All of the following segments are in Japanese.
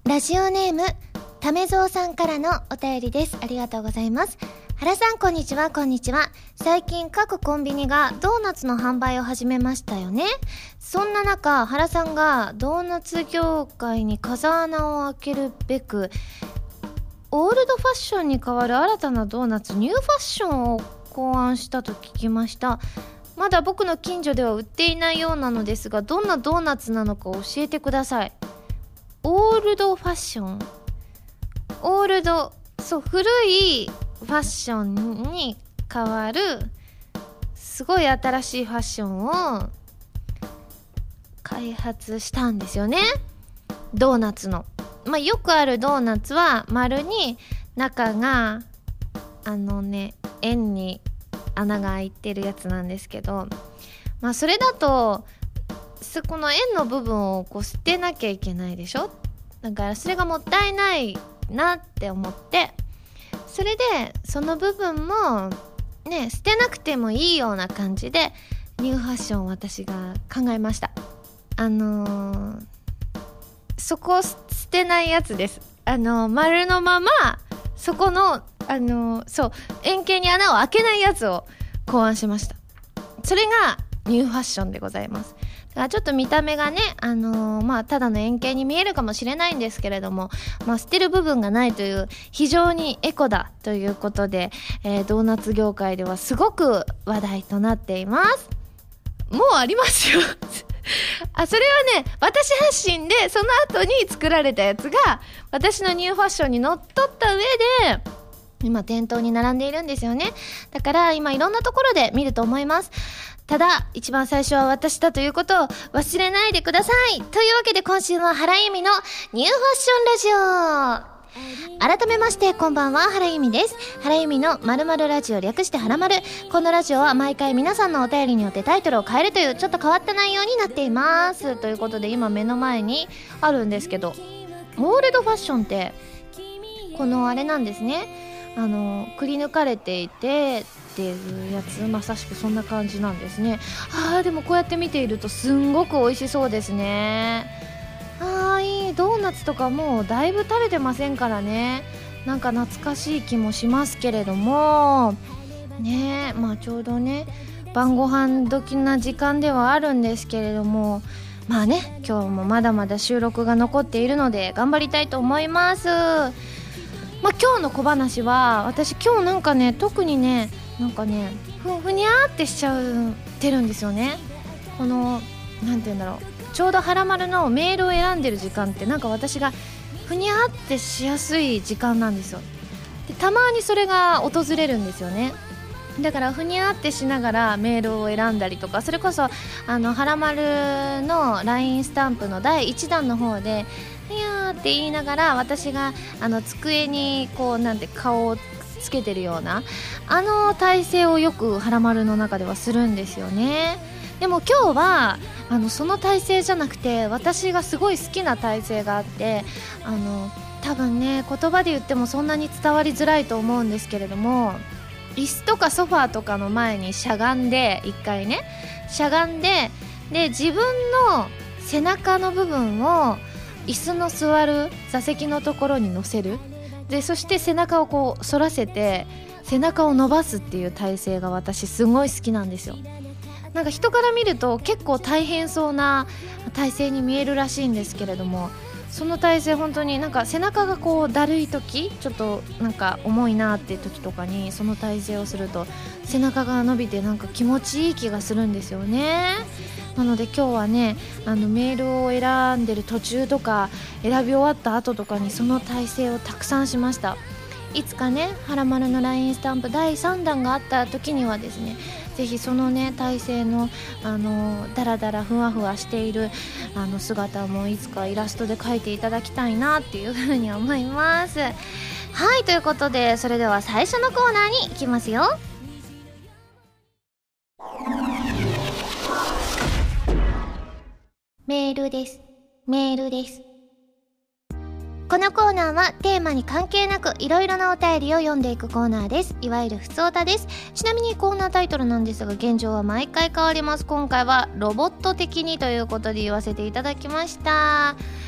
ラジオネームためぞうさんからのお便りです。ありがとうございます。原さん、こんにちは。こんにちは。最近各コンビニがドーナツの販売を始めましたよね。そんな中、原さんがドーナツ業界に風穴を開けるべくオールドファッションに代わる新たなドーナツ、ニューファッションを考案したと聞きました。まだ僕の近所では売っていないようなのですが、どんなドーナツなのか教えてください。オールドファッション、オールド、そう、古いファッションに代わるすごい新しいファッションを開発したんですよね。ドーナツの、よくあるドーナツは丸に中が円に穴が開いてるやつなんですけど、それだとこの円の部分を捨てなきゃいけないでしょ。だからそれがもったいないなって思って、それでその部分もね、捨てなくてもいいような感じでニューファッションを私が考えました。そこを捨てないやつです。丸のままそこの円形に穴を開けないやつを考案しました。それがニューファッションでございます。だからちょっと見た目がね、ただの円形に見えるかもしれないんですけれども、捨てる部分がないという非常にエコだということで、ドーナツ業界ではすごく話題となっています。もうありますよそれはね、私発信でその後に作られたやつが私のニューファッションにのっとった上で今店頭に並んでいるんですよね。だから今いろんなところで見ると思います。ただ一番最初は私だということを忘れないでください。というわけで今週は原由美のニューファッションラジオ。改めましてこんばんは、原由美です。原由美の〇〇ラジオ、略して原〇。このラジオは毎回皆さんのお便りによってタイトルを変えるというちょっと変わった内容になっています。ということで今目の前にあるんですけど、オールドファッションってこのあれなんですね。くり抜かれていてっていうやつ、まさしくそんな感じなんですね。でもこうやって見ているとすんごく美味しそうですね。いいドーナツとかもうだいぶ食べてませんからね。なんか懐かしい気もしますけれどもね。ちょうどね晩ご飯時な時間ではあるんですけれども、今日もまだまだ収録が残っているので頑張りたいと思います。今日の小話は、私今日特にふにゃーってしちゃってるんですよね。このなんて言うんだろう、ちょうどはらまるのメールを選んでる時間って私がふにゃーってしやすい時間なんですよ。でたまにそれが訪れるんですよね。だからふにゃーってしながらメールを選んだりとか、それこそはらまるの LINE スタンプの第1弾の方でいやーって言いながら私が机に顔をつけてるような体勢をよくはらまるの中ではするんですよね。でも今日はその体勢じゃなくて、私がすごい好きな体勢があって、多分ね言葉で言ってもそんなに伝わりづらいと思うんですけれども、椅子とかソファーとかの前にしゃがんで、一回ねしゃがんで、自分の背中の部分を椅子の座る座席のところに乗せる。でそして背中を反らせて背中を伸ばすっていう体勢が私すごい好きなんですよ。人から見ると結構大変そうな体勢に見えるらしいんですけれども、その体勢本当に背中がだるい時、ちょっと重いなっていう時とかにその体勢をすると背中が伸びて気持ちいい気がするんですよね。なので今日はねメールを選んでる途中とか選び終わった後とかにその体勢をたくさんしました。いつかねはらまるの LINE スタンプ第3弾があった時にはですね、ぜひそのね体勢のダラダラふわふわしている姿もいつかイラストで描いていただきたいなっていうふうに思います。はい、ということでそれでは最初のコーナーに行きますよ。メールです。このコーナーはテーマに関係なくいろいろなお便りを読んでいくコーナーです。いわゆるふつおたです。ちなみにコーナータイトルなんですが現状は毎回変わります。今回はロボット的にということで言わせていただきました。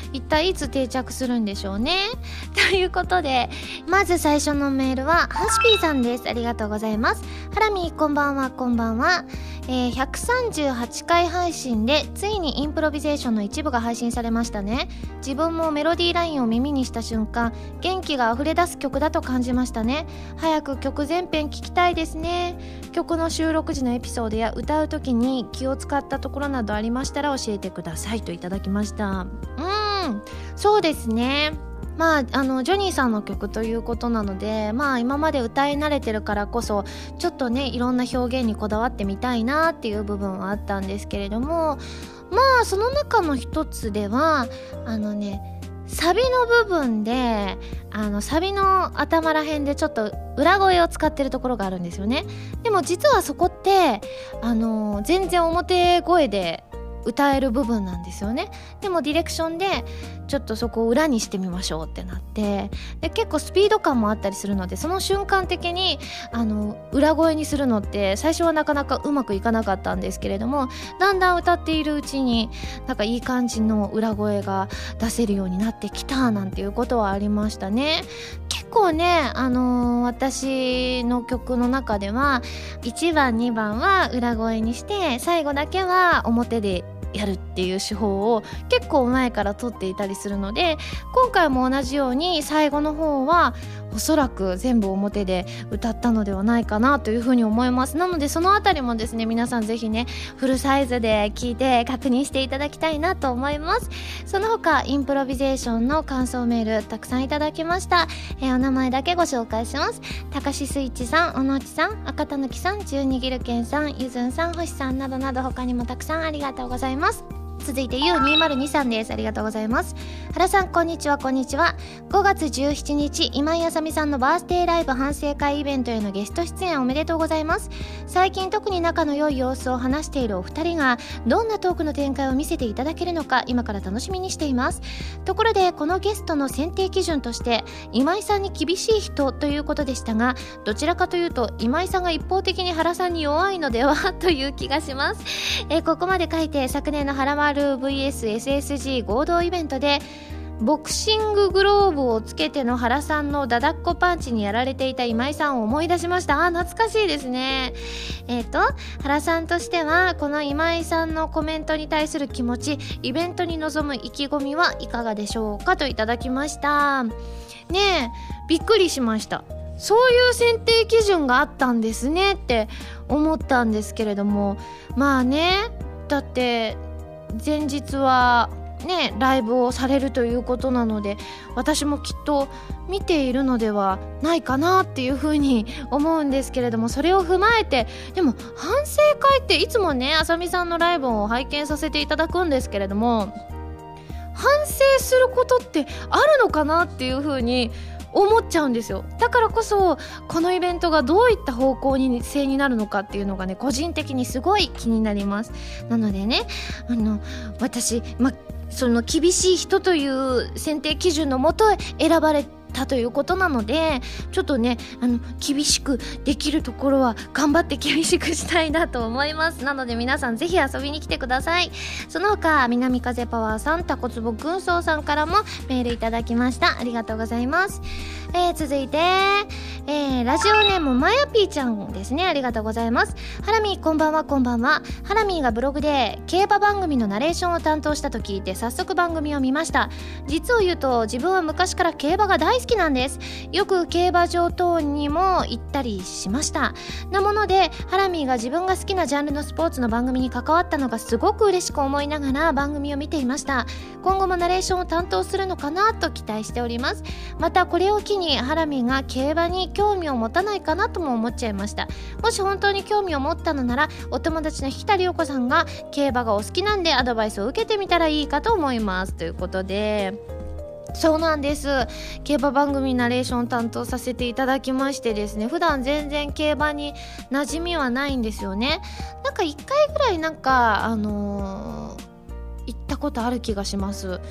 一体いつ定着するんでしょうね。ということで、まず最初のメールはハシピーさんです。ありがとうございます。ハラミーこんばんは。こんばんは。138回配信でついにインプロビゼーションの一部が配信されましたね。自分もメロディーラインを耳にした瞬間、元気が溢れ出す曲だと感じましたね。早く曲全編聴きたいですね。曲の収録時のエピソードや歌う時に気を使ったところなどありましたら教えてくださいといただきました。そうですね。ジョニーさんの曲ということなので、今まで歌い慣れてるからこそちょっとね、いろんな表現にこだわってみたいなっていう部分はあったんですけれども、その中の一つではサビの部分でサビの頭ら辺でちょっと裏声を使ってるところがあるんですよね。でも実はそこって全然表声で歌える部分なんですよね。でもディレクションでちょっとそこを裏にしてみましょうってなって、で結構スピード感もあったりするので、その瞬間的に裏声にするのって最初はなかなかうまくいかなかったんですけれども、だんだん歌っているうちになんかいい感じの裏声が出せるようになってきたなんていうことはありましたね。結構ね、私の曲の中では1番2番は裏声にして最後だけは表でやるっていう手法を結構前から取っていたりするので、今回も同じように最後の方はおそらく全部表で歌ったのではないかなというふうに思います。なのでそのあたりもですね、皆さんぜひねフルサイズで聞いて確認していただきたいなと思います。その他インプロビゼーションの感想メールたくさんいただきました。お名前だけご紹介します。たかしスイッチさん、おのちさん、赤たぬきさん、十二ギルケンさん、ゆずんさん、星さんなどなど他にもたくさんありがとうございます。続いて U202 さんです。ありがとうございます。原さんこんにちは。こんにちは。5月17日今井あさみさんのバースデーライブ反省会イベントへのゲスト出演おめでとうございます。最近特に仲の良い様子を話しているお二人がどんなトークの展開を見せていただけるのか今から楽しみにしています。ところでこのゲストの選定基準として今井さんに厳しい人ということでしたが、どちらかというと今井さんが一方的に原さんに弱いのではという気がします。ここまで書いて、昨年の原丸 VS SSG 合同イベントでボクシンググローブをつけての原さんのダダッコパンチにやられていた今井さんを思い出しました。懐かしいですね。原さんとしてはこの今井さんのコメントに対する気持ち、イベントに臨む意気込みはいかがでしょうかといただきました。ねえ、びっくりしました。そういう選定基準があったんですねって思ったんですけれども、だって前日はねライブをされるということなので、私もきっと見ているのではないかなっていうふうに思うんですけれども、それを踏まえて、でも反省会っていつもねあさみさんのライブを拝見させていただくんですけれども、反省することってあるのかなっていうふうに思っちゃうんですよ。だからこそこのイベントがどういった方向性になるのかっていうのがね、個人的にすごい気になります。なのでね、私その厳しい人という選定基準のもと選ばれたということなので、ちょっとね厳しくできるところは頑張って厳しくしたいなと思います。なので皆さんぜひ遊びに来てください。その他南風パワーさん、タコツボ軍曹さんからもメールいただきました。ありがとうございます。続いて、ラジオネームまやぴーちゃんですね。ありがとうございます。ハラミーこんばんは。こんばんは。ハラミーがブログで競馬番組のナレーションを担当したと聞いて早速番組を見ました。実を言うと自分は昔から競馬が大好きなんです。よく競馬場等にも行ったりしました。なものでハラミーが自分が好きなジャンルのスポーツの番組に関わったのがすごく嬉しく思いながら番組を見ていました。今後もナレーションを担当するのかなと期待しております。またこれを機にハラミーが競馬に興味を持たないかなとも思っちゃいました。もし本当に興味を持ったのなら、お友達の引田涼子さんが競馬がお好きなんでアドバイスを受けてみたらいいかと思いますということで、そうなんです。競馬番組ナレーション担当させていただきましてですね、普段全然競馬に馴染みはないんですよね。なんか1回ぐらい行ったことある気がします。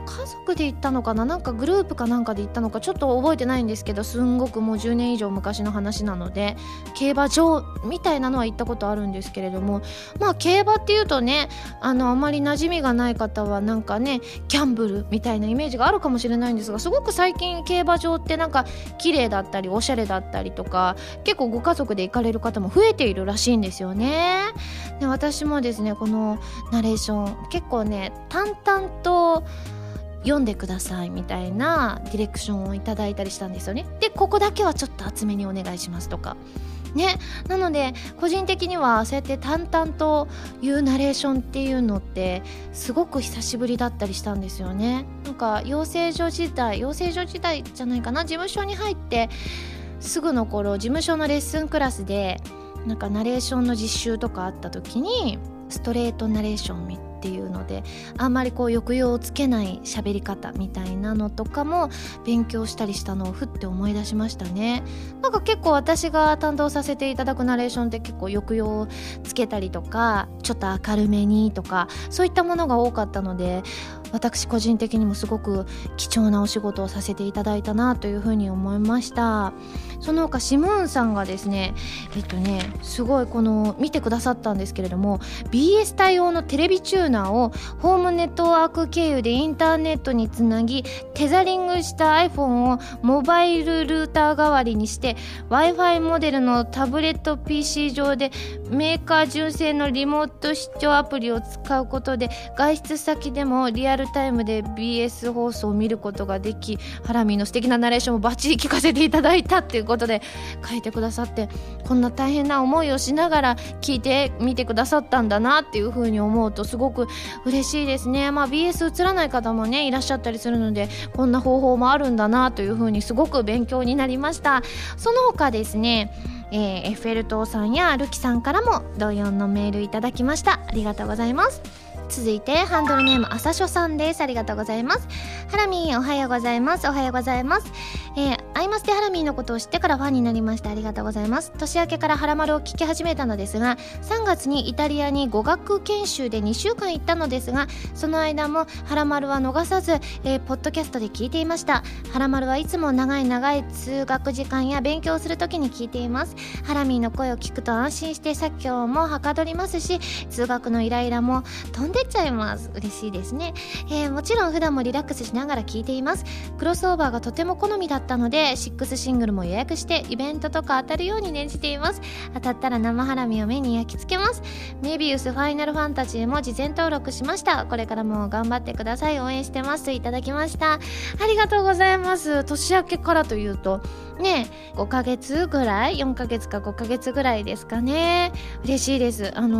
家族で行ったのかな、なんかグループかなんかで行ったのかちょっと覚えてないんですけど、すんごくもう10年以上昔の話なので、競馬場みたいなのは行ったことあるんですけれども、まあ競馬っていうとね、あんまり馴染みがない方はなんかね、ギャンブルみたいなイメージがあるかもしれないんですが、すごく最近競馬場ってなんか綺麗だったりおしゃれだったりとか、結構ご家族で行かれる方も増えているらしいんですよね。で、私もですね、このナレーション結構ね、淡々と読んでくださいみたいなディレクションをいただいたりしたんですよね。で、ここだけはちょっと厚めにお願いしますとかね。なので個人的にはそうやって淡々と言うナレーションっていうのってすごく久しぶりだったりしたんですよね。なんか養成所時代じゃないかな、事務所に入ってすぐの頃、事務所のレッスンクラスでなんかナレーションの実習とかあった時に、ストレートナレーションっていうので、あんまりこう抑揚をつけない喋り方みたいなのとかも勉強したりしたのをふって思い出しましたね。なんか結構私が担当させていただくナレーションって結構抑揚をつけたりとか、ちょっと明るめにとか、そういったものが多かったので、私個人的にもすごく貴重なお仕事をさせていただいたなというふうに思いました。その他シムーンさんがですね、すごいこの見てくださったんですけれども、 BS 対応のテレビチューナーをホームネットワーク経由でインターネットにつなぎ、テザリングした iPhone をモバイルルーター代わりにして Wi-Fi モデルのタブレット PC 上でメーカー純正のリモート視聴アプリを使うことで、外出先でもリアルタイムで BS 放送を見ることができ、ハラミーの素敵なナレーションをバッチリ聞かせていただいたっていうことで書いてくださって、こんな大変な思いをしながら聞いてみてくださったんだなっていう風に思うとすごく嬉しいですね。まあ BS 映らない方もねいらっしゃったりするので、こんな方法もあるんだなという風にすごく勉強になりました。その他ですね、エッフェル塔さんやルキさんからも同様のメールいただきました。ありがとうございます。続いてハンドルネームあさしょさんです。ありがとうございます。ハラミーおはようございます。おはようございます。アイマスでハラミーのことを知ってからファンになりました。ありがとうございます。年明けからハラマルを聞き始めたのですが、3月にイタリアに語学研修で2週間行ったのですが、その間もハラマルは逃さず、ポッドキャストで聞いていました。ハラマルはいつも長い通学時間や勉強するときに聞いています。ハラミーの声を聞くと安心して作業もはかどりますし、通学のイライラも飛んでっちゃいます。嬉しいですね。もちろん普段もリラックスしながら聞いています。クロスオーバーがとても好みだったので、6シングルも予約してイベントとか当たるように念じています。当たったら生ハラミを目に焼き付けます。メビウスファイナルファンタジーも事前登録しました。これからも頑張ってください。応援してます。いただきました。ありがとうございます。年明けからというとね、5ヶ月ぐらい、4ヶ月か5ヶ月ぐらいですかね。嬉しいです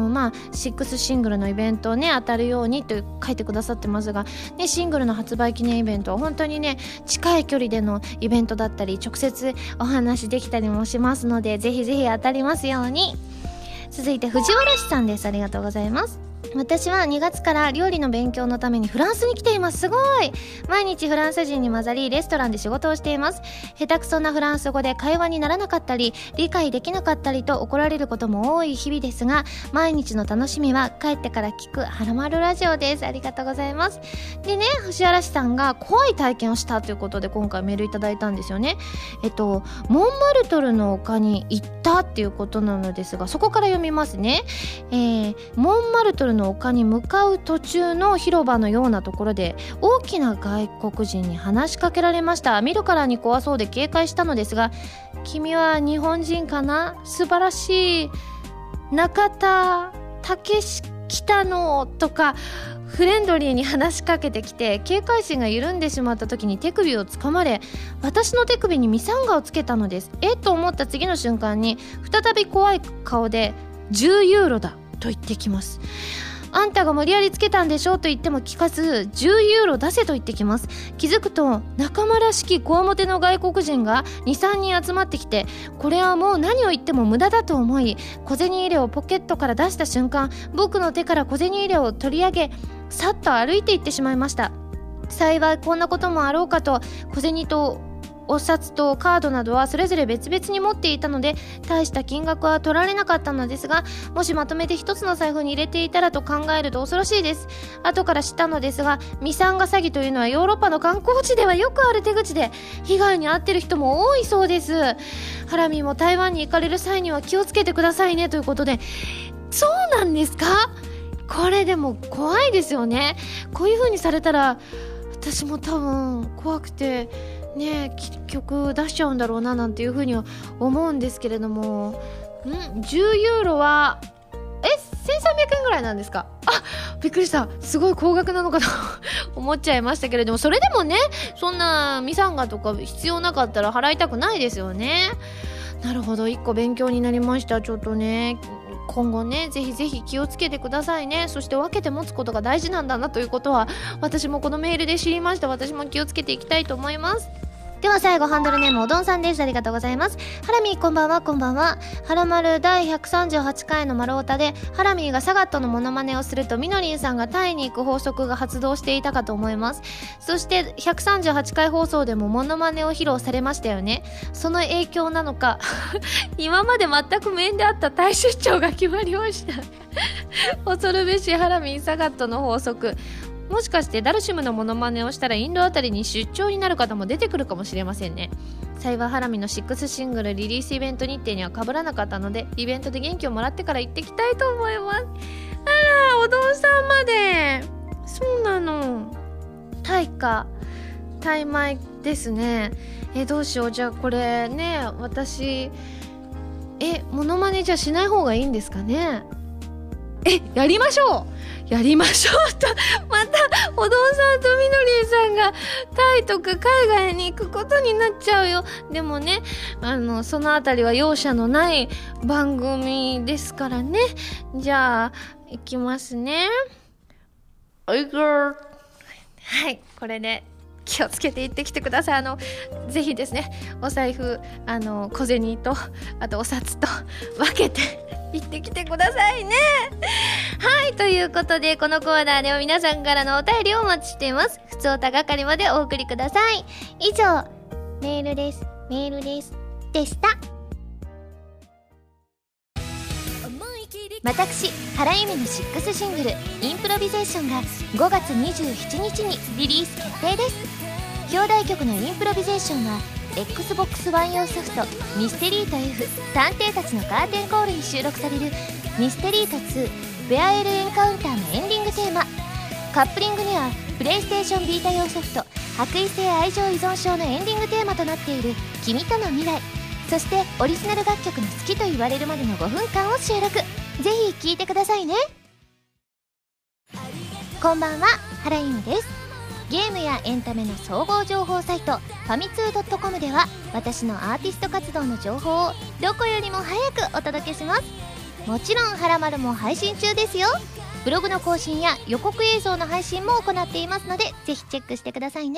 。6シングルのイベントをね当たるようにと書いてくださってますが、ね、シングルの発売記念イベントは本当にね近い距離でのイベントだったり、直接お話できたりもしますので、ぜひぜひ当たりますように。続いて藤原さんです。ありがとうございます。私は2月から料理の勉強のためにフランスに来ています。すごい。毎日フランス人に混ざり、レストランで仕事をしています。下手くそなフランス語で会話にならなかったり、理解できなかったりと怒られることも多い日々ですが、毎日の楽しみは帰ってから聞くハラマルラジオです。ありがとうございます。でね、藤原さんが怖い体験をしたということで今回メールいただいたんですよね。モンマルトルの丘に行ったっていうことなのですが、そこから読みますね。モンマルトルの丘に向かう途中の広場のようなところで大きな外国人に話しかけられました。見るからに怖そうで警戒したのですが、君は日本人かな、素晴らしい、中田武史来たのとかフレンドリーに話しかけてきて、警戒心が緩んでしまった時に手首をつかまれ、私の手首にミサンガをつけたのです。と思った次の瞬間に再び怖い顔で10ユーロだと言ってきます。あんたが無理やりつけたんでしょと言っても聞かず、10ユーロ出せと言ってきます。気づくと仲間らしきこわもての外国人が 2,3 人集まってきて、これはもう何を言っても無駄だと思い、小銭入れをポケットから出した瞬間、僕の手から小銭入れを取り上げ、さっと歩いていってしまいました。幸いこんなこともあろうかと小銭とお札とカードなどはそれぞれ別々に持っていたので大した金額は取られなかったのですが、もしまとめて一つの財布に入れていたらと考えると恐ろしいです。後から知ったのですが、ミサンガ詐欺というのはヨーロッパの観光地ではよくある手口で、被害に遭ってる人も多いそうです。ハラミも台湾に行かれる際には気をつけてくださいねということで。そうなんですか？これでも怖いですよね。こういう風にされたら私も多分怖くてね、結局出しちゃうんだろうななんていう風には思うんですけれども、10ユーロは1300円ぐらいなんですか？びっくりした。すごい高額なのかと思っちゃいましたけれども、それでもね、そんなミサンガとか必要なかったら払いたくないですよね。なるほど、1個勉強になりました。ちょっとね、今後ね、ぜひぜひ気をつけてくださいね。そして分けて持つことが大事なんだなということは私もこのメールで知りました。私も気をつけていきたいと思います。では最後、ハンドルネームおどんさんです。ありがとうございます。ハラミーこんばんは。こんばんは。ハラマル第138回の丸太でハラミーがサガットのモノマネをするとみのりんさんがタイに行く法則が発動していたかと思います。そして138回放送でもモノマネを披露されましたよね。その影響なのか今まで全く無縁であったタイ出張が決まりました恐るべしハラミーサガットの法則。もしかしてダルシムのモノマネをしたらインドあたりに出張になる方も出てくるかもしれませんね。幸いハラミの6シングルリリースイベント日程には被らなかったので、イベントで元気をもらってから行ってきたいと思います。あら、おどんさんまで。そうなの。タイか。タイ米ですね。どうしよう。じゃあこれね、私モノマネじゃしない方がいいんですかね。やりましょうとまたおどんさんとみのりんさんがタイとか海外に行くことになっちゃうよ。でもね、そのあたりは容赦のない番組ですからね。じゃあ行きますね。はい、これで気をつけて行ってきてください。ぜひですね、お財布小銭とあとお札と分けて行ってきてくださいね。はい、ということでこのコーナーでは皆さんからのお便りをお待ちしています。ふつおた係までお送りください。以上、メールですでした。私原由美の6シングルインプロビゼーションが5月27日にリリース決定です。表題曲のインプロビゼーションは Xbox One 用ソフトミステリート F 探偵たちのカーテンコールに収録されるミステリート2ベアエルエンカウンターのエンディングテーマ。カップリングにはプレイステーションビータ用ソフト白衣性愛情依存症のエンディングテーマとなっている君との未来、そしてオリジナル楽曲の好きと言われるまでの5分間を収録。ぜひ聴いてくださいね。こんばんは、原由美です。ゲームやエンタメの総合情報サイトファミツー .com では私のアーティスト活動の情報をどこよりも早くお届けします。もちろんはらまるも配信中ですよ。ブログの更新や予告映像の配信も行っていますので、ぜひチェックしてくださいね。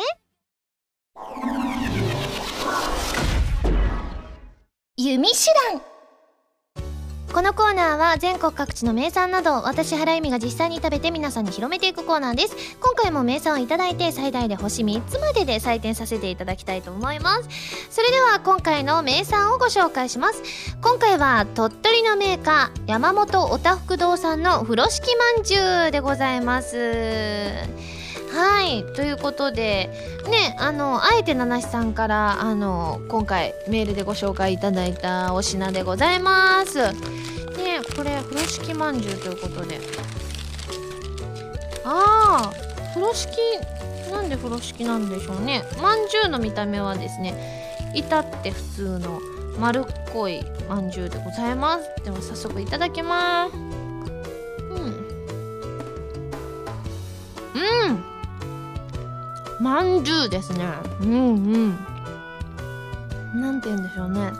弓手段。このコーナーは全国各地の名産などを私原由美が実際に食べて皆さんに広めていくコーナーです。今回も名産をいただいて最大で星3つまでで採点させていただきたいと思います。それでは今回の名産をご紹介します。今回は鳥取のメーカー山本おたふく堂さんの風呂敷まんじゅうでございます。はい、ということでね、あえて七七さんから今回メールでご紹介いただいたお品でございますね。これ風呂敷まんじゅうということで、風呂敷、なんで風呂敷なんでしょうね。まんじゅうの見た目はですね、至って普通の丸っこいまんじゅうでございます。では早速いただきます。まんじゅうですね。なんて言うんでしょうね。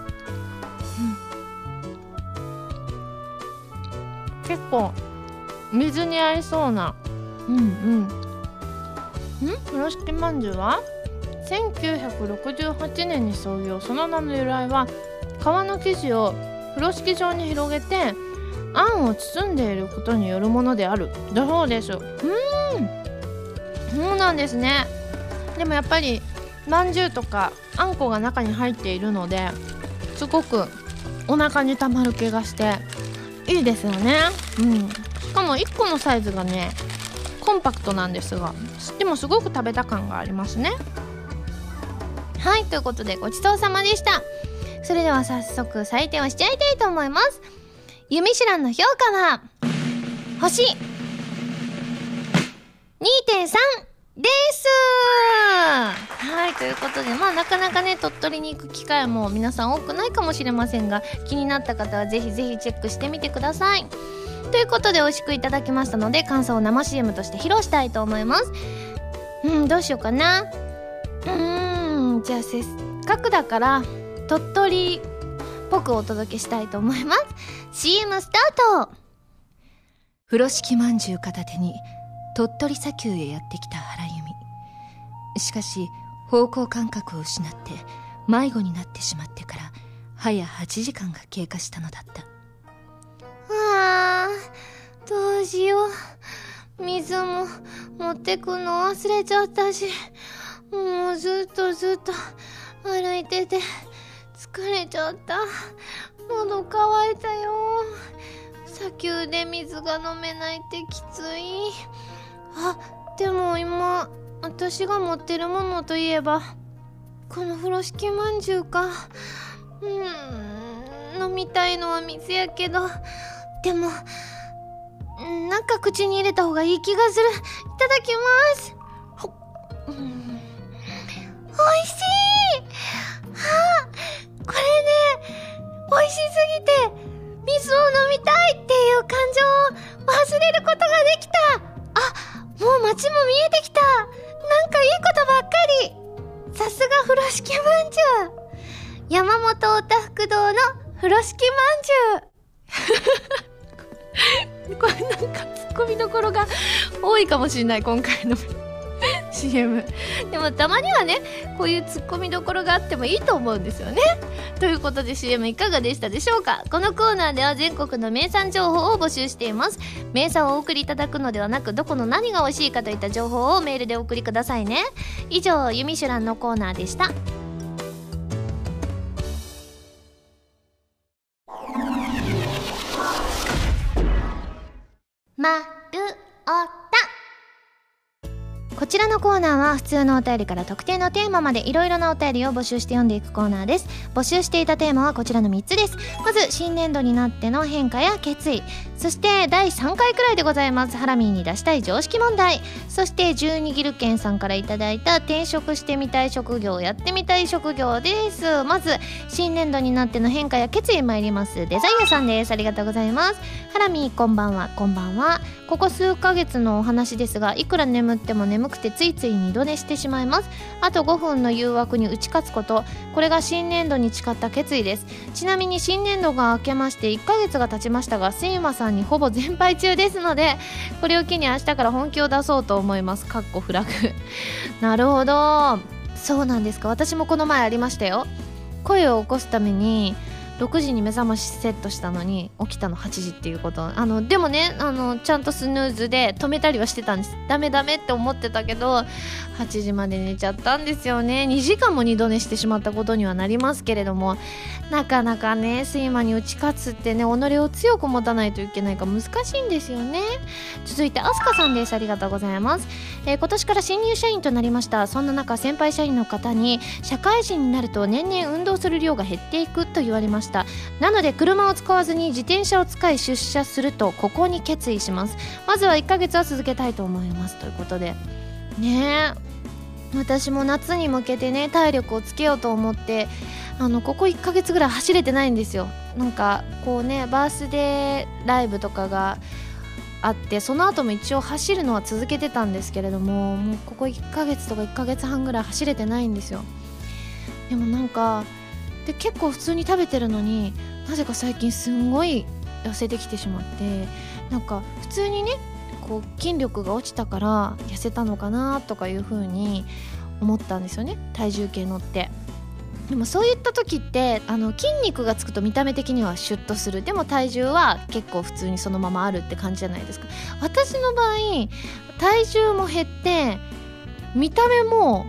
結構水に合いそうな。風呂敷まんじゅうは1968年に創業。その名の由来は皮の生地を風呂敷状に広げてあんを包んでいることによるものであるだそうです。そうなんですね。でもやっぱりまんじゅうとかあんこが中に入っているので、すごくお腹にたまる気がしていいですよね。しかも1個のサイズがねコンパクトなんですが、でもすごく食べた感がありますね。はい、ということでごちそうさまでした。それでは早速採点をしちゃいたいと思います。ユミシュランの評価は星 2.3 です。はい、ということでなかなかね鳥取に行く機会も皆さん多くないかもしれませんが、気になった方はぜひぜひチェックしてみてください。ということで美味しくいただきましたので、感想を生 CM として披露したいと思います。どうしようかな。じゃあせっかくだから鳥取っぽくお届けしたいと思います。 CM スタート。 風呂敷まんじゅう片手に鳥取砂丘へやってきた原由美。しかし方向感覚を失って迷子になってしまってから早8時間が経過したのだった。 どうしよう。水も持ってくの忘れちゃったし、もうずっと歩いてて疲れちゃった。喉乾いたよ。砂丘で水が飲めないってきつい。でも今私が持ってるものといえばこの風呂敷まんじゅうか。飲みたいのは水やけど、でもなんか口に入れた方がいい気がする。いただきます。おいしい。これね、おいしすぎて水を飲みたいっていう感情を忘れることができた。もう街も見えてきた。なんかいいことばっかり。さすが風呂敷まんじゅう。山本おたふく堂の風呂敷まんじゅう。これなんかツッコミどころが多いかもしれない、今回のCM。 でもたまにはねこういうツッコミどころがあってもいいと思うんですよね。ということで CM いかがでしたでしょうか。このコーナーでは全国の名産情報を募集しています。名産をお送りいただくのではなく、どこの何が美味しいかといった情報をメールでお送りくださいね。以上、ユミシュランのコーナーでした。まるおた。こちらのコーナーは普通のお便りから特定のテーマまでいろいろなお便りを募集して読んでいくコーナーです。募集していたテーマはこちらの3つです。まず新年度になっての変化や決意、そして第3回くらいでございますハラミーに出したい常識問題、そして12ギルケンさんからいただいた転職してみたい職業、やってみたい職業です。まず新年度になっての変化や決意参ります。デザイアさんです。ありがとうございます。ハラミーこんばんは。こんばんは。ここ数ヶ月のお話ですが、いくら眠っても眠くてついつい二度寝してしまいます。あと5分の誘惑に打ち勝つこと、これが新年度に誓った決意です。ちなみに新年度が明けまして1ヶ月が経ちましたが、睡魔さんにほぼ全敗中ですので、これを機に明日から本気を出そうと思います。かっこフラグ。なるほど、そうなんですか。私もこの前ありましたよ。声を起こすために6時に目覚ましセットしたのに起きたの8時っていうこと。でもねちゃんとスヌーズで止めたりはしてたんです。ダメって思ってたけど8時まで寝ちゃったんですよね。2時間も二度寝してしまったことにはなりますけれども、なかなかね睡魔に打ち勝つってね、己を強く持たないといけないから難しいんですよね。続いてアスカさんです。ありがとうございます。今年から新入社員となりました。そんな中先輩社員の方に社会人になると年々運動する量が減っていくと言われました。なので車を使わずに自転車を使い出社するとここに決意します。まずは1ヶ月は続けたいと思いますということでね。私も夏に向けてね体力をつけようと思ってここ1ヶ月ぐらい走れてないんですよ。なんかこうねバースデーライブとかがあって、その後も一応走るのは続けてたんですけれども、もうここ1ヶ月とか1ヶ月半ぐらい走れてないんですよ。でもなんかで結構普通に食べてるのになぜか最近すんごい痩せてきてしまって、なんか普通にねこう筋力が落ちたから痩せたのかなとかいう風に思ったんですよね、体重計乗って。でもそういった時って筋肉がつくと見た目的にはシュッとする、でも体重は結構普通にそのままあるって感じじゃないですか。私の場合体重も減って見た目も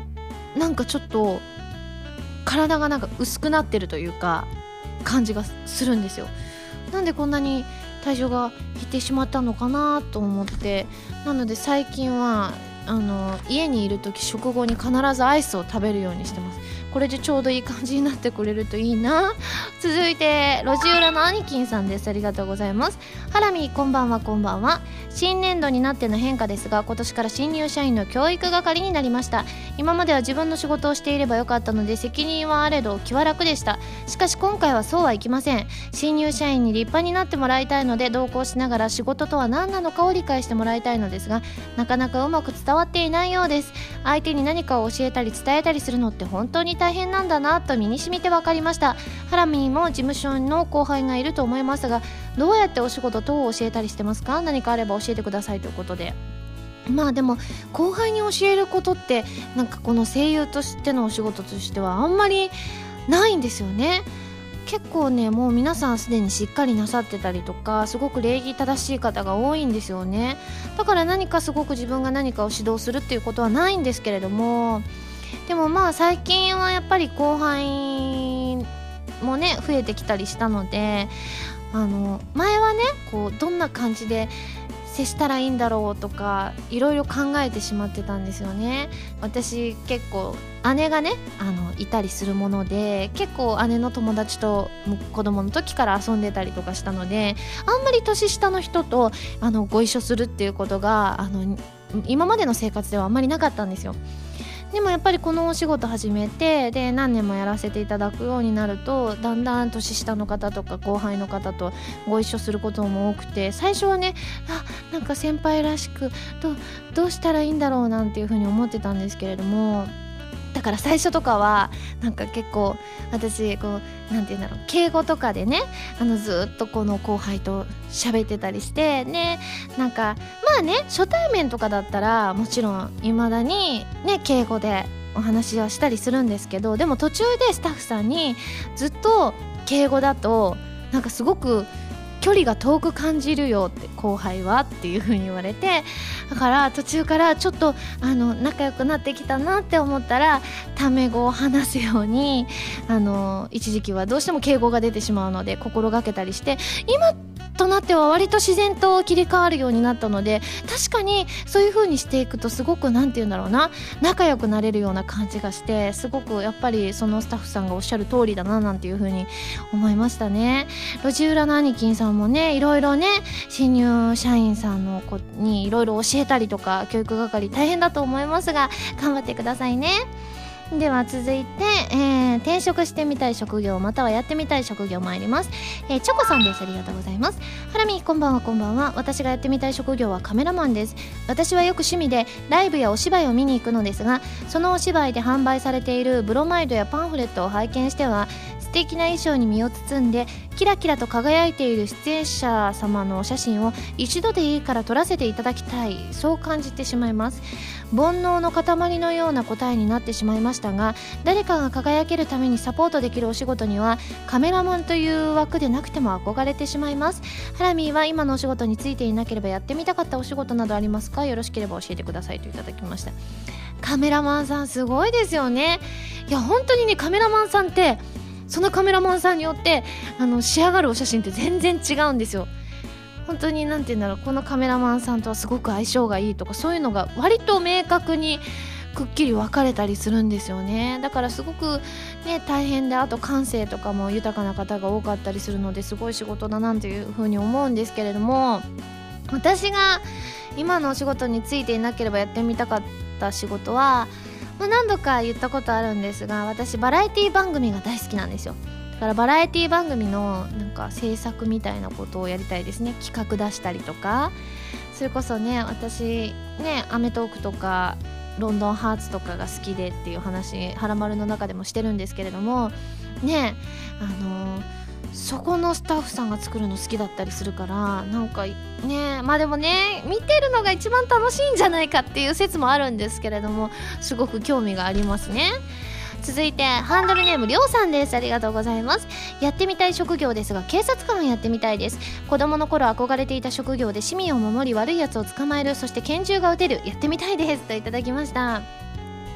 なんかちょっと体がなんか薄くなってるというか感じがするんですよ。なんでこんなに体重が減ってしまったのかなと思って、なので最近は家にいる時食後に必ずアイスを食べるようにしてます。これでちょうどいい感じになってくれるといいな。続いて路地裏のアニキンさんです。ありがとうございます。ハラミこんばんは。こんばんは。新年度になっての変化ですが、今年から新入社員の教育係になりました。今までは自分の仕事をしていればよかったので責任はあれど気は楽でした。しかし今回はそうはいきません。新入社員に立派になってもらいたいので、同行しながら仕事とは何なのかを理解してもらいたいのですが、なかなかうまく伝わっていないようです。相手に何かを教えたり伝えたりするのって本当に大変なんだなと身に染みて分かりました。ハラミも事務所の後輩がいると思いますが、どうやってお仕事等を教えたりしてますか？何かあれば教えてくださいということで。まあでも後輩に教えることってなんかこの声優としてのお仕事としてはあんまりないんですよね。結構ね、もう皆さんすでにしっかりなさってたりとか、すごく礼儀正しい方が多いんですよね。だから何かすごく自分が何かを指導するっていうことはないんですけれども、でもまあ最近はやっぱり後輩もね増えてきたりしたので、前はねこうどんな感じで接したらいいんだろうとかいろいろ考えてしまってたんですよね。私結構姉がねいたりするもので、結構姉の友達と子供の時から遊んでたりとかしたので、あんまり年下の人とご一緒するっていうことが今までの生活ではあんまりなかったんですよ。でもやっぱりこのお仕事始めてで何年もやらせていただくようになると、だんだん年下の方とか後輩の方とご一緒することも多くて、最初はねなんか先輩らしくどうしたらいいんだろうなんていうふうに思ってたんですけれども、だから最初とかはなんか結構私こうなんていうんだろう、敬語とかでねずっとこの後輩と喋ってたりしてね、なんかまあね初対面とかだったらもちろん未だにね敬語でお話はしたりするんですけど、でも途中でスタッフさんにずっと敬語だとなんかすごく距離が遠く感じるよって後輩はっていう風に言われて、だから途中からちょっと仲良くなってきたなって思ったらタメ語を話すように一時期はどうしても敬語が出てしまうので心がけたりして、今となっては割と自然と切り替わるようになったので、確かにそういう風にしていくとすごくなんていうんだろうな、仲良くなれるような感じがして、すごくやっぱりそのスタッフさんがおっしゃる通りだななんていう風に思いましたね。路地裏のアニキンさんもねいろいろね新入社員さんの子にいろいろ教えたりとか教育係大変だと思いますが頑張ってくださいね。では続いて、転職してみたい職業またはやってみたい職業参ります。チョコさんです。ありがとうございます。ハラミこんばんは。こんばんは。私がやってみたい職業はカメラマンです。私はよく趣味でライブやお芝居を見に行くのですが、そのお芝居で販売されているブロマイドやパンフレットを拝見しては素敵な衣装に身を包んでキラキラと輝いている出演者様のお写真を一度でいいから撮らせていただきたい、そう感じてしまいます。煩悩の塊のような答えになってしまいましたが、誰かが輝けるためにサポートできるお仕事にはカメラマンという枠でなくても憧れてしまいます。ハラミーは今のお仕事についていなければやってみたかったお仕事などありますか？よろしければ教えてくださいといただきました。カメラマンさんすごいですよね。いや本当にね、カメラマンさんってそのカメラマンさんによって仕上がるお写真って全然違うんですよ。本当になんて言うんだろう、このカメラマンさんとはすごく相性がいいとかそういうのが割と明確にくっきり分かれたりするんですよね。だからすごくね大変で、あと感性とかも豊かな方が多かったりするのですごい仕事だなというふうに思うんですけれども、私が今のお仕事についていなければやってみたかった仕事は、何度か言ったことあるんですが、私バラエティ番組が大好きなんですよ。だからバラエティ番組のなんか制作みたいなことをやりたいですね。企画出したりとか、それこそね私ねアメトーークとかロンドンハーツとかが好きでっていう話はらまるの中でもしてるんですけれどもね、そこのスタッフさんが作るの好きだったりするから、なんかねでもね見てるのが一番楽しいんじゃないかっていう説もあるんですけれども、すごく興味がありますね。続いてハンドルネームりょうさんです。ありがとうございます。やってみたい職業ですが警察官をやってみたいです。子供の頃憧れていた職業で市民を守り悪いやつを捕まえる、そして拳銃が撃てる、やってみたいですといただきました。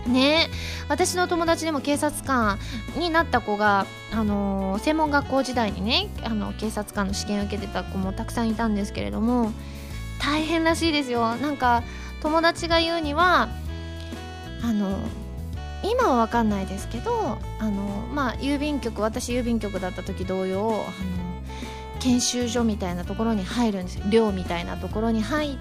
ね、私の友達でも警察官になった子が、専門学校時代にね警察官の試験を受けてた子もたくさんいたんですけれども、大変らしいですよ。なんか友達が言うには今は分かんないですけど郵便局、私郵便局だった時同様研修所みたいなところに入るんですよ。寮みたいなところに入って、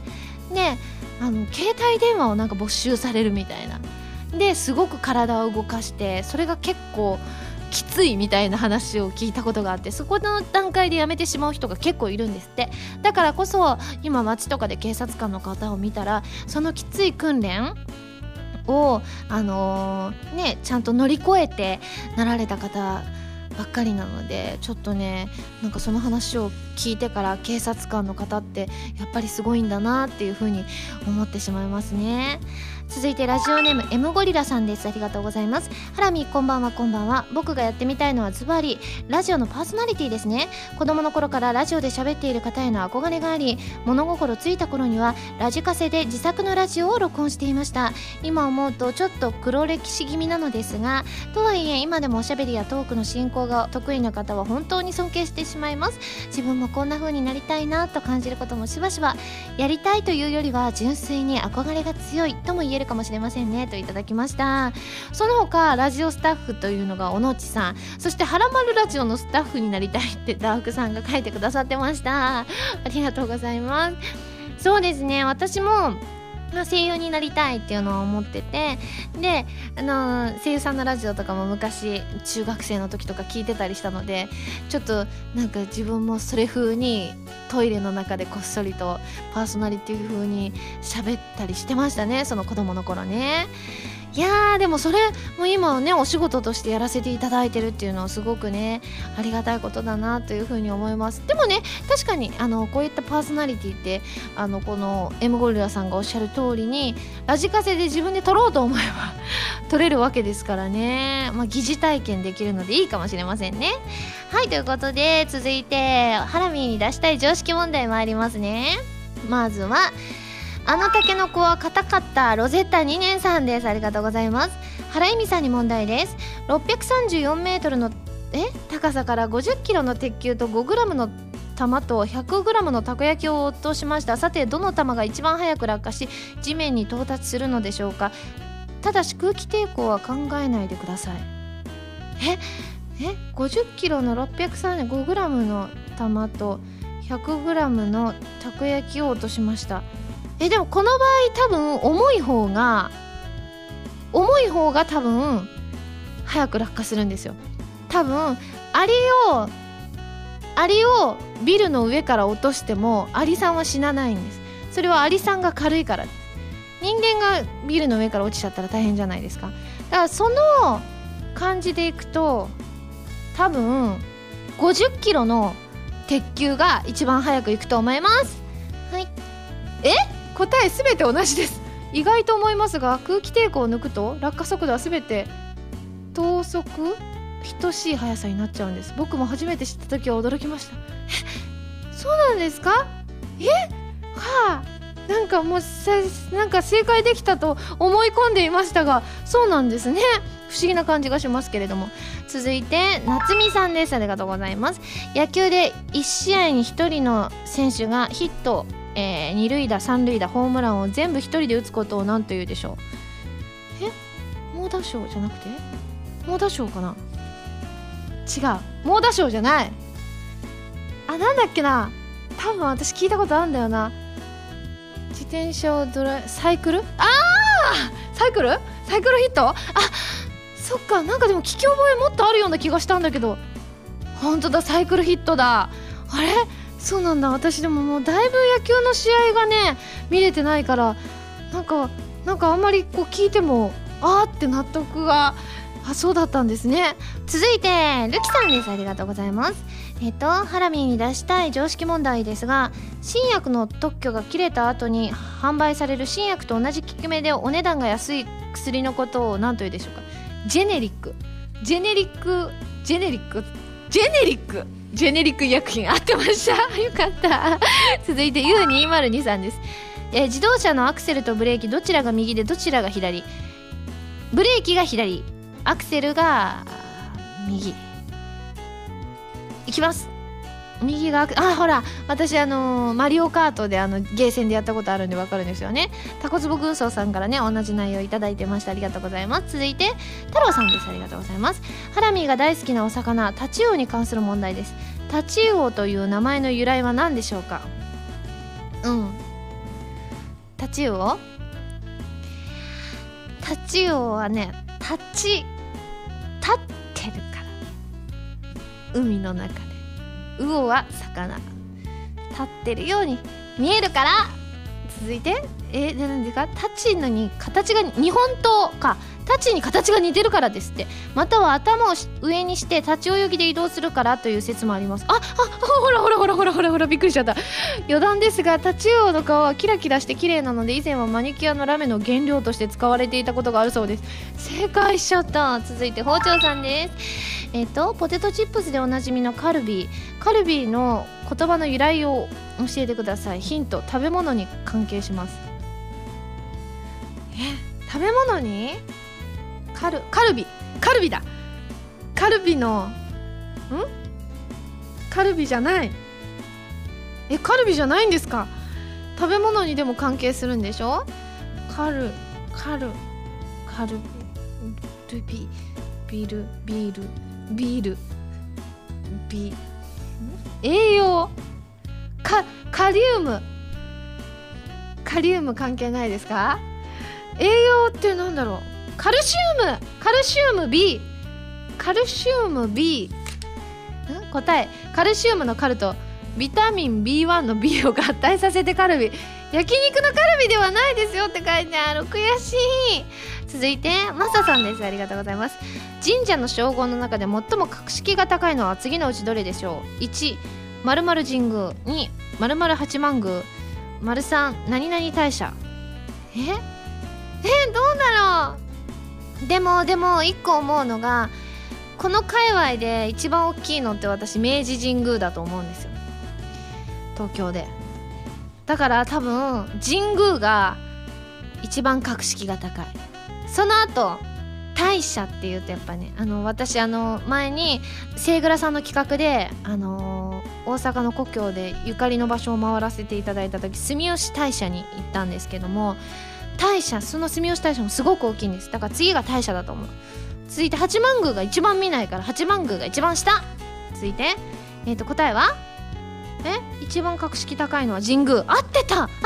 で携帯電話をなんか没収されるみたいなですごく体を動かして、それが結構きついみたいな話を聞いたことがあって、そこの段階で辞めてしまう人が結構いるんですって。だからこそ今街とかで警察官の方を見たら、そのきつい訓練をちゃんと乗り越えてなられた方ばっかりなので、ちょっとねなんかその話を聞いてから警察官の方ってやっぱりすごいんだなっていう風に思ってしまいますね。続いてラジオネーム M ゴリラさんです。ありがとうございます。ハラミこんばんは。こんばんは。僕がやってみたいのはズバリラジオのパーソナリティですね。子供の頃からラジオで喋っている方への憧れがあり、物心ついた頃にはラジカセで自作のラジオを録音していました。今思うとちょっと黒歴史気味なのですが、とはいえ今でもおしゃべりやトークの進行が得意な方は本当に尊敬してしまいます。自分もこんな風になりたいなと感じることもしばしば。やりたいというよりは純粋に憧れが強いとも言えるかもしれませんね、といただきました。その他ラジオスタッフというのが小野内さん、そしてはらまるラジオのスタッフになりたいってダークさんが書いてくださってました。ありがとうございます。そうですね、私も声優になりたいっていうのを思ってて、で声優さんのラジオとかも昔中学生の時とか聞いてたりしたので、ちょっとなんか自分もそれ風にトイレの中でこっそりとパーソナリティ風に喋ったりしてましたね、その子供の頃ね。いやーでもそれも今ねお仕事としてやらせていただいてるっていうのはすごくねありがたいことだなというふうに思います。でもね確かにこういったパーソナリティってこの M ゴリラさんがおっしゃる通りにラジカセで自分で撮ろうと思えば撮れるわけですからね、疑似体験できるのでいいかもしれませんね。はい、ということで続いてハラミーに出したい常識問題参りますね。まずはあのタケノコは硬かったロゼッタ2年さんです。ありがとうございます。原由美さんに問題です。634メートルの高さから50キロの鉄球と5グラムの玉と100グラムのたこ焼きを落としました。さてどの玉が一番早く落下し地面に到達するのでしょうか。ただし空気抵抗は考えないでください。50キロの635グラムの玉と100グラムのたこ焼きを落としました。でもこの場合多分重い方が多分早く落下するんですよ。多分アリをビルの上から落としてもアリさんは死なないんです。それはアリさんが軽いからです。人間がビルの上から落ちちゃったら大変じゃないですか。だからその感じでいくと多分50キロの鉄球が一番早く行くと思います。はい。答えすべて同じです。意外と思いますが空気抵抗を抜くと落下速度はすべて等速等しい速さになっちゃうんです。僕も初めて知った時は驚きました。そうなんですか。なんかもうなんか正解できたと思い込んでいましたがそうなんですね。不思議な感じがしますけれども。続いて夏美さんです。ありがとうございます。野球で1試合に1人の選手がヒット2塁打3塁打ホームランを全部1人で打つことを何というでしょう。猛打賞じゃなくて猛打賞かな。違う、猛打賞じゃない。なんだっけな。多分私聞いたことあるんだよな。自転車をサイクルサイクルヒット。そっか。なんかでも聞き覚えもっとあるような気がしたんだけど。本当だ、サイクルヒットだ。あれそうなんだ。私でももうだいぶ野球の試合がね見れてないからなんかあんまりこう聞いてもって納得がそうだったんですね。続いてルキさんです。ありがとうございます。ハラミーに出したい常識問題ですが、新薬の特許が切れた後に販売される新薬と同じ効き目でお値段が安い薬のことを何というでしょうか。ジェネリック医薬品。合ってましたよかった続いて U202 さんです。自動車のアクセルとブレーキどちらが右でどちらが左。 ブレーキが左、アクセルが右。いきます。右がほら私マリオカートでゲーセンでやったことあるんで分かるんですよね。タコツボ軍曹さんからね同じ内容いただいてました。ありがとうございます。続いて太郎さんです。ありがとうございます。ハラミーが大好きなお魚タチウオに関する問題です。タチウオという名前の由来は何でしょうか。タチウオはね、立ってるから海の中で、魚は魚、立ってるように見えるから。続いてなんでか、タチのに形が日本刀か、タチに形が似てるからですって。または頭を上にして立ち泳ぎで移動するからという説もあります。ほらびっくりしちゃった。余談ですが、タチウオの顔はキラキラして綺麗なので、以前はマニキュアのラメの原料として使われていたことがあるそうです。正解しちゃった。続いて包丁さんです。ポテトチップスでおなじみのカルビーの言葉の由来を教えてください。ヒント、食べ物に関係します。食べ物にカルビだ。カルビのカルビじゃない。カルビじゃないんですか。食べ物にでも関係するんでしょ。カルビビール栄養カリウム関係ないですか。栄養ってなんだろう。カルシウム B 答え、カルシウムのカルとビタミン B1 の B を合体させてカルビ。焼肉のカルビではないですよって書いてある。悔しい。続いてマサさんです。ありがとうございます。神社の称号の中で最も格式が高いのは次のうちどれでしょう。1、〇〇神宮。2、〇〇八幡宮。丸3、何々大社。どうだろう。でも一個思うのが、この界隈で一番大きいのって私明治神宮だと思うんですよ、東京で。だから多分神宮が一番格式が高い。その後大社っていうとやっぱね、私前にセイグラさんの企画で大阪の故郷でゆかりの場所を回らせていただいた時、住吉大社に行ったんですけども、その住吉大社もすごく大きいんです。だから次が大社だと思う。続いて八幡宮が一番見ないから八幡宮が一番下。続いて答えは一番格式高いのは神宮。合ってた。なん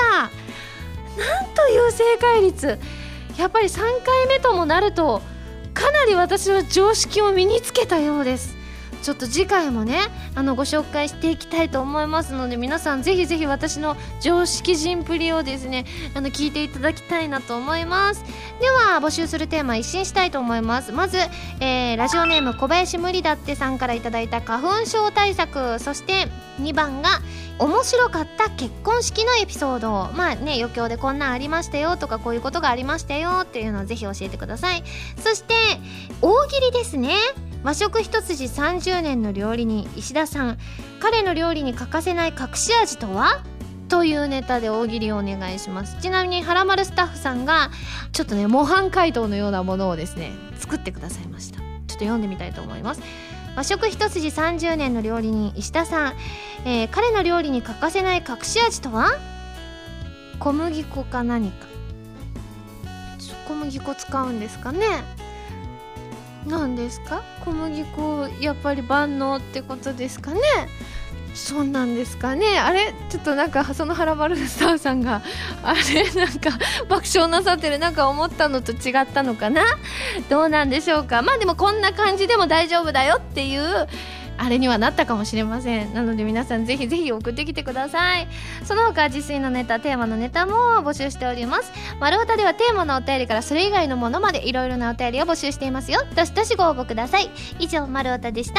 という正解率。やっぱり3回目ともなるとかなり私は常識を身につけたようです。ちょっと次回もねご紹介していきたいと思いますので、皆さんぜひぜひ私の常識人プリをですね聞いていただきたいなと思います。では募集するテーマ一新したいと思います。まず、ラジオネーム小林無理だってさんからいただいた花粉症対策。そして2番が面白かった結婚式のエピソード。余興でこんなんありましたよとか、こういうことがありましたよっていうのをぜひ教えてください。そして大喜利ですね。和食一筋30年の料理人石田さん、彼の料理に欠かせない隠し味とはというネタで大喜利をお願いします。ちなみにはらまるスタッフさんがちょっとね模範解答のようなものをですね作ってくださいました。ちょっと読んでみたいと思います。和食一筋30年の料理人石田さん、彼の料理に欠かせない隠し味とは。小麦粉か何か。小麦粉使うんですかね。何ですか。小麦粉やっぱり万能ってことですかね。そうなんですかね。あれちょっとなんかそのはらまるスターさんがあれなんか爆笑なさってる、なんか思ったのと違ったのかな。どうなんでしょうか。でもこんな感じでも大丈夫だよっていうあれにはなったかもしれません。なので皆さんぜひぜひ送ってきてください。その他自炊のネタ、テーマのネタも募集しております。丸太ではテーマのお便りからそれ以外のものまでいろいろなお便りを募集していますよ。どしどしご応募ください。以上、丸太でした。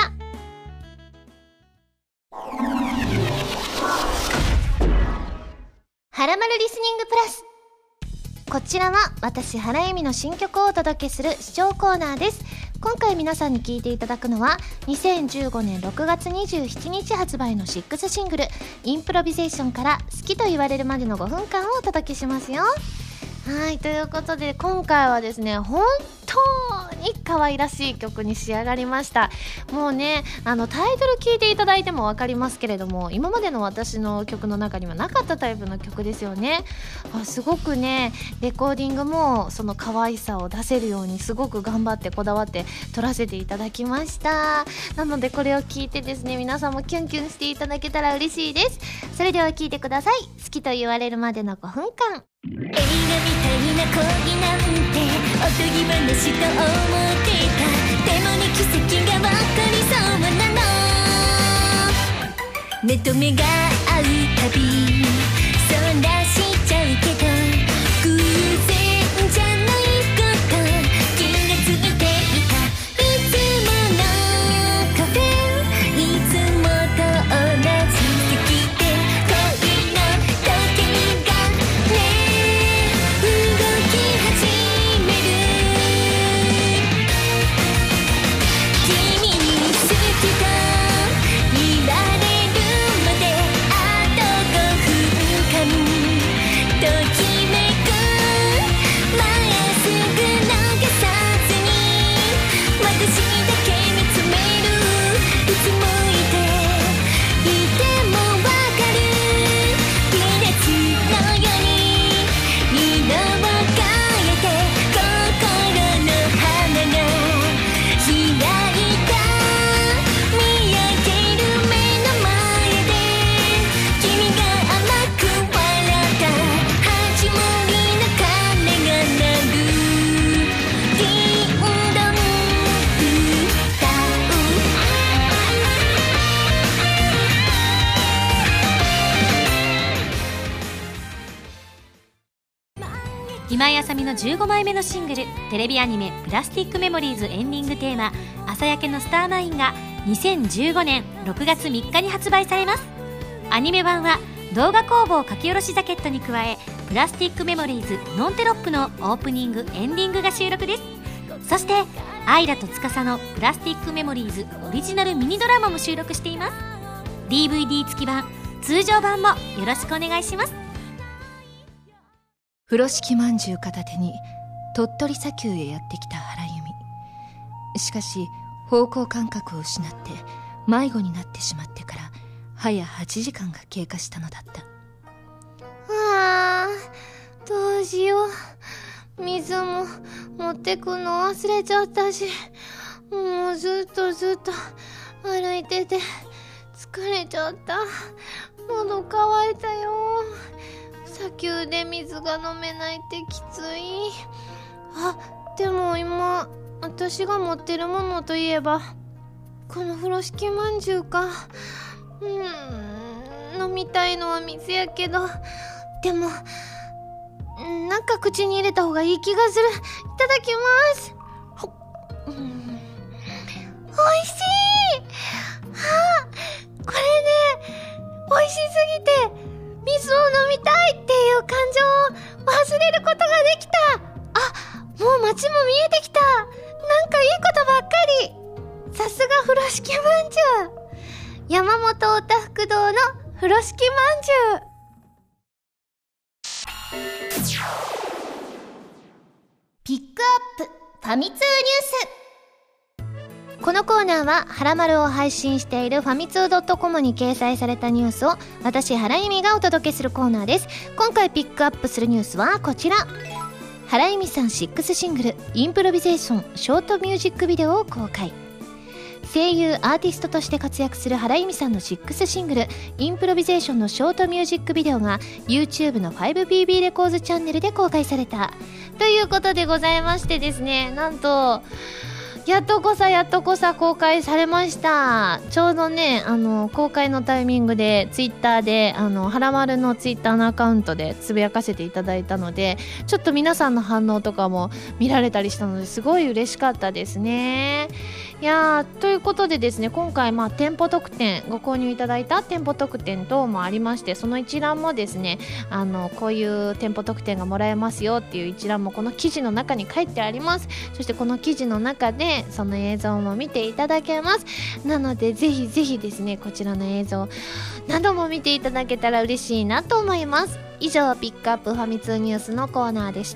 はらまるリスニングプラス。こちらは私原由美の新曲をお届けする視聴コーナーです。今回皆さんに聴いていただくのは2015年6月27日発売の6シングルインプロビゼーションから好きと言われるまでの5分間をお届けしますよ。 はい、ということで今回はですね、本当に可愛らしい曲に仕上がりました。もうね、タイトル聞いていただいても分かりますけれども、今までの私の曲の中にはなかったタイプの曲ですよね。すごくね、レコーディングもその可愛さを出せるようにすごく頑張ってこだわって撮らせていただきました。なのでこれを聞いてですね、皆さんもキュンキュンしていただけたら嬉しいです。それでは聞いてください。好きと言われるまでの5分間。 映画みたいな恋なんておとぎ話と思っていた。でもね、奇跡が起こりそうなの。目と目が合うたびそらしちゃうけど、偶然じゃないこと気がついていた。いつものカフェ、いつもと同じ席で恋の時計が今井あさみの15枚目のシングル、テレビアニメプラスティックメモリーズエンディングテーマ朝焼けのスターマインが2015年6月3日に発売されます。アニメ版は動画工房書き下ろしジャケットに加え、プラスティックメモリーズノンテロップのオープニングエンディングが収録です。そしてアイラと司のプラスティックメモリーズオリジナルミニドラマも収録しています。 DVD 付き版、通常版もよろしくお願いします。 風呂敷まんじゅう片手に鳥取砂丘へやってきた原由美。しかし方向感覚を失って迷子になってしまってから早8時間が経過したのだった。 どうしよう。水も持ってくの忘れちゃったし、もうずっと歩いてて疲れちゃった。喉乾いたよ。砂丘で水が飲めないってきつい。でも今私が持ってるものといえばこの風呂敷まんじゅうか。飲みたいのは水やけど、でもなんか口に入れた方がいい気がする。いただきます。おいしい。これね、おいしすぎて水を飲みたいっていう感情を忘れることができた。もう街も見えてきた。なんかいいことばっかり。さすが風呂敷まんじゅう。山本おたふく堂の風呂敷まんじゅう。ピックアップファミ通ニュース。このコーナーはハラマルを配信しているファミツー .com に掲載されたニュースを私原由美がお届けするコーナーです。今回ピックアップするニュースはこちら。原由美さん6シングルインプロビゼーションショートミュージックビデオを公開。声優アーティストとして活躍する原由美さんの6シングルインプロビゼーションのショートミュージックビデオが YouTube の 5BB レコーズチャンネルで公開されたということでございましてですね、なんとやっとこさ公開されました。ちょうどね、公開のタイミングでツイッターではらまるのツイッターのアカウントでつぶやかせていただいたので、ちょっと皆さんの反応とかも見られたりしたのですごい嬉しかったですね。 いやー、ということでですね、今回店舗特典、ご購入いただいた店舗特典等もありまして、その一覧もですね、こういう店舗特典がもらえますよっていう一覧もこの記事の中に書いてあります。そしてこの記事の中でその映像も見ていただけます。なのでぜひぜひですね、こちらの映像何度も見ていただけたら嬉しいなと思います。以上、ピックアップファミ通ニュースのコーナーでした。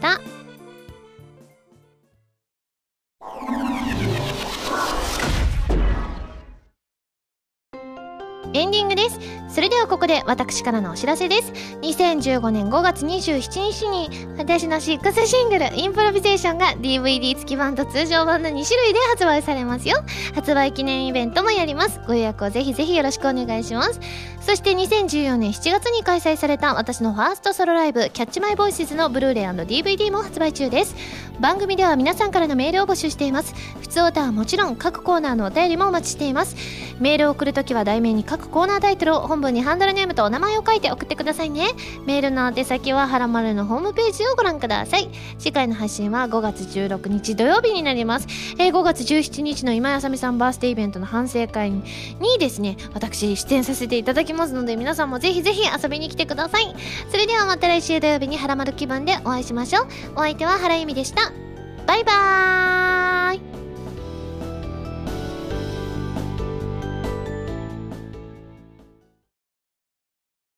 エンディングです。それではここで私からのお知らせです。2015年5月27日に私の6シングルインプロビゼーションが DVD 付き版と通常版の2種類で発売されますよ。発売記念イベントもやります。ご予約をぜひぜひよろしくお願いします。そして2014年7月に開催された私のファーストソロライブキャッチマイボイスズのブルーレイ&DVD も発売中です。番組では皆さんからのメールを募集しています。普通オタはもちろん各コーナーのお便りもお待ちしています。メールを送るときは題名に各コーナータイトルを、本文にハンドルネームとお名前を書いて送ってくださいね。メールの宛先ははらまるのホームページをご覧ください。次回の配信は5月16日土曜日になります。5月17日の今井あさみさんバースデーイベントの反省会にですね、私出演させていただきますので、皆さんもぜひぜひ遊びに来てください。それではまた来週土曜日にはらまる気分でお会いしましょう。お相手は原由美でした。バイバーイ。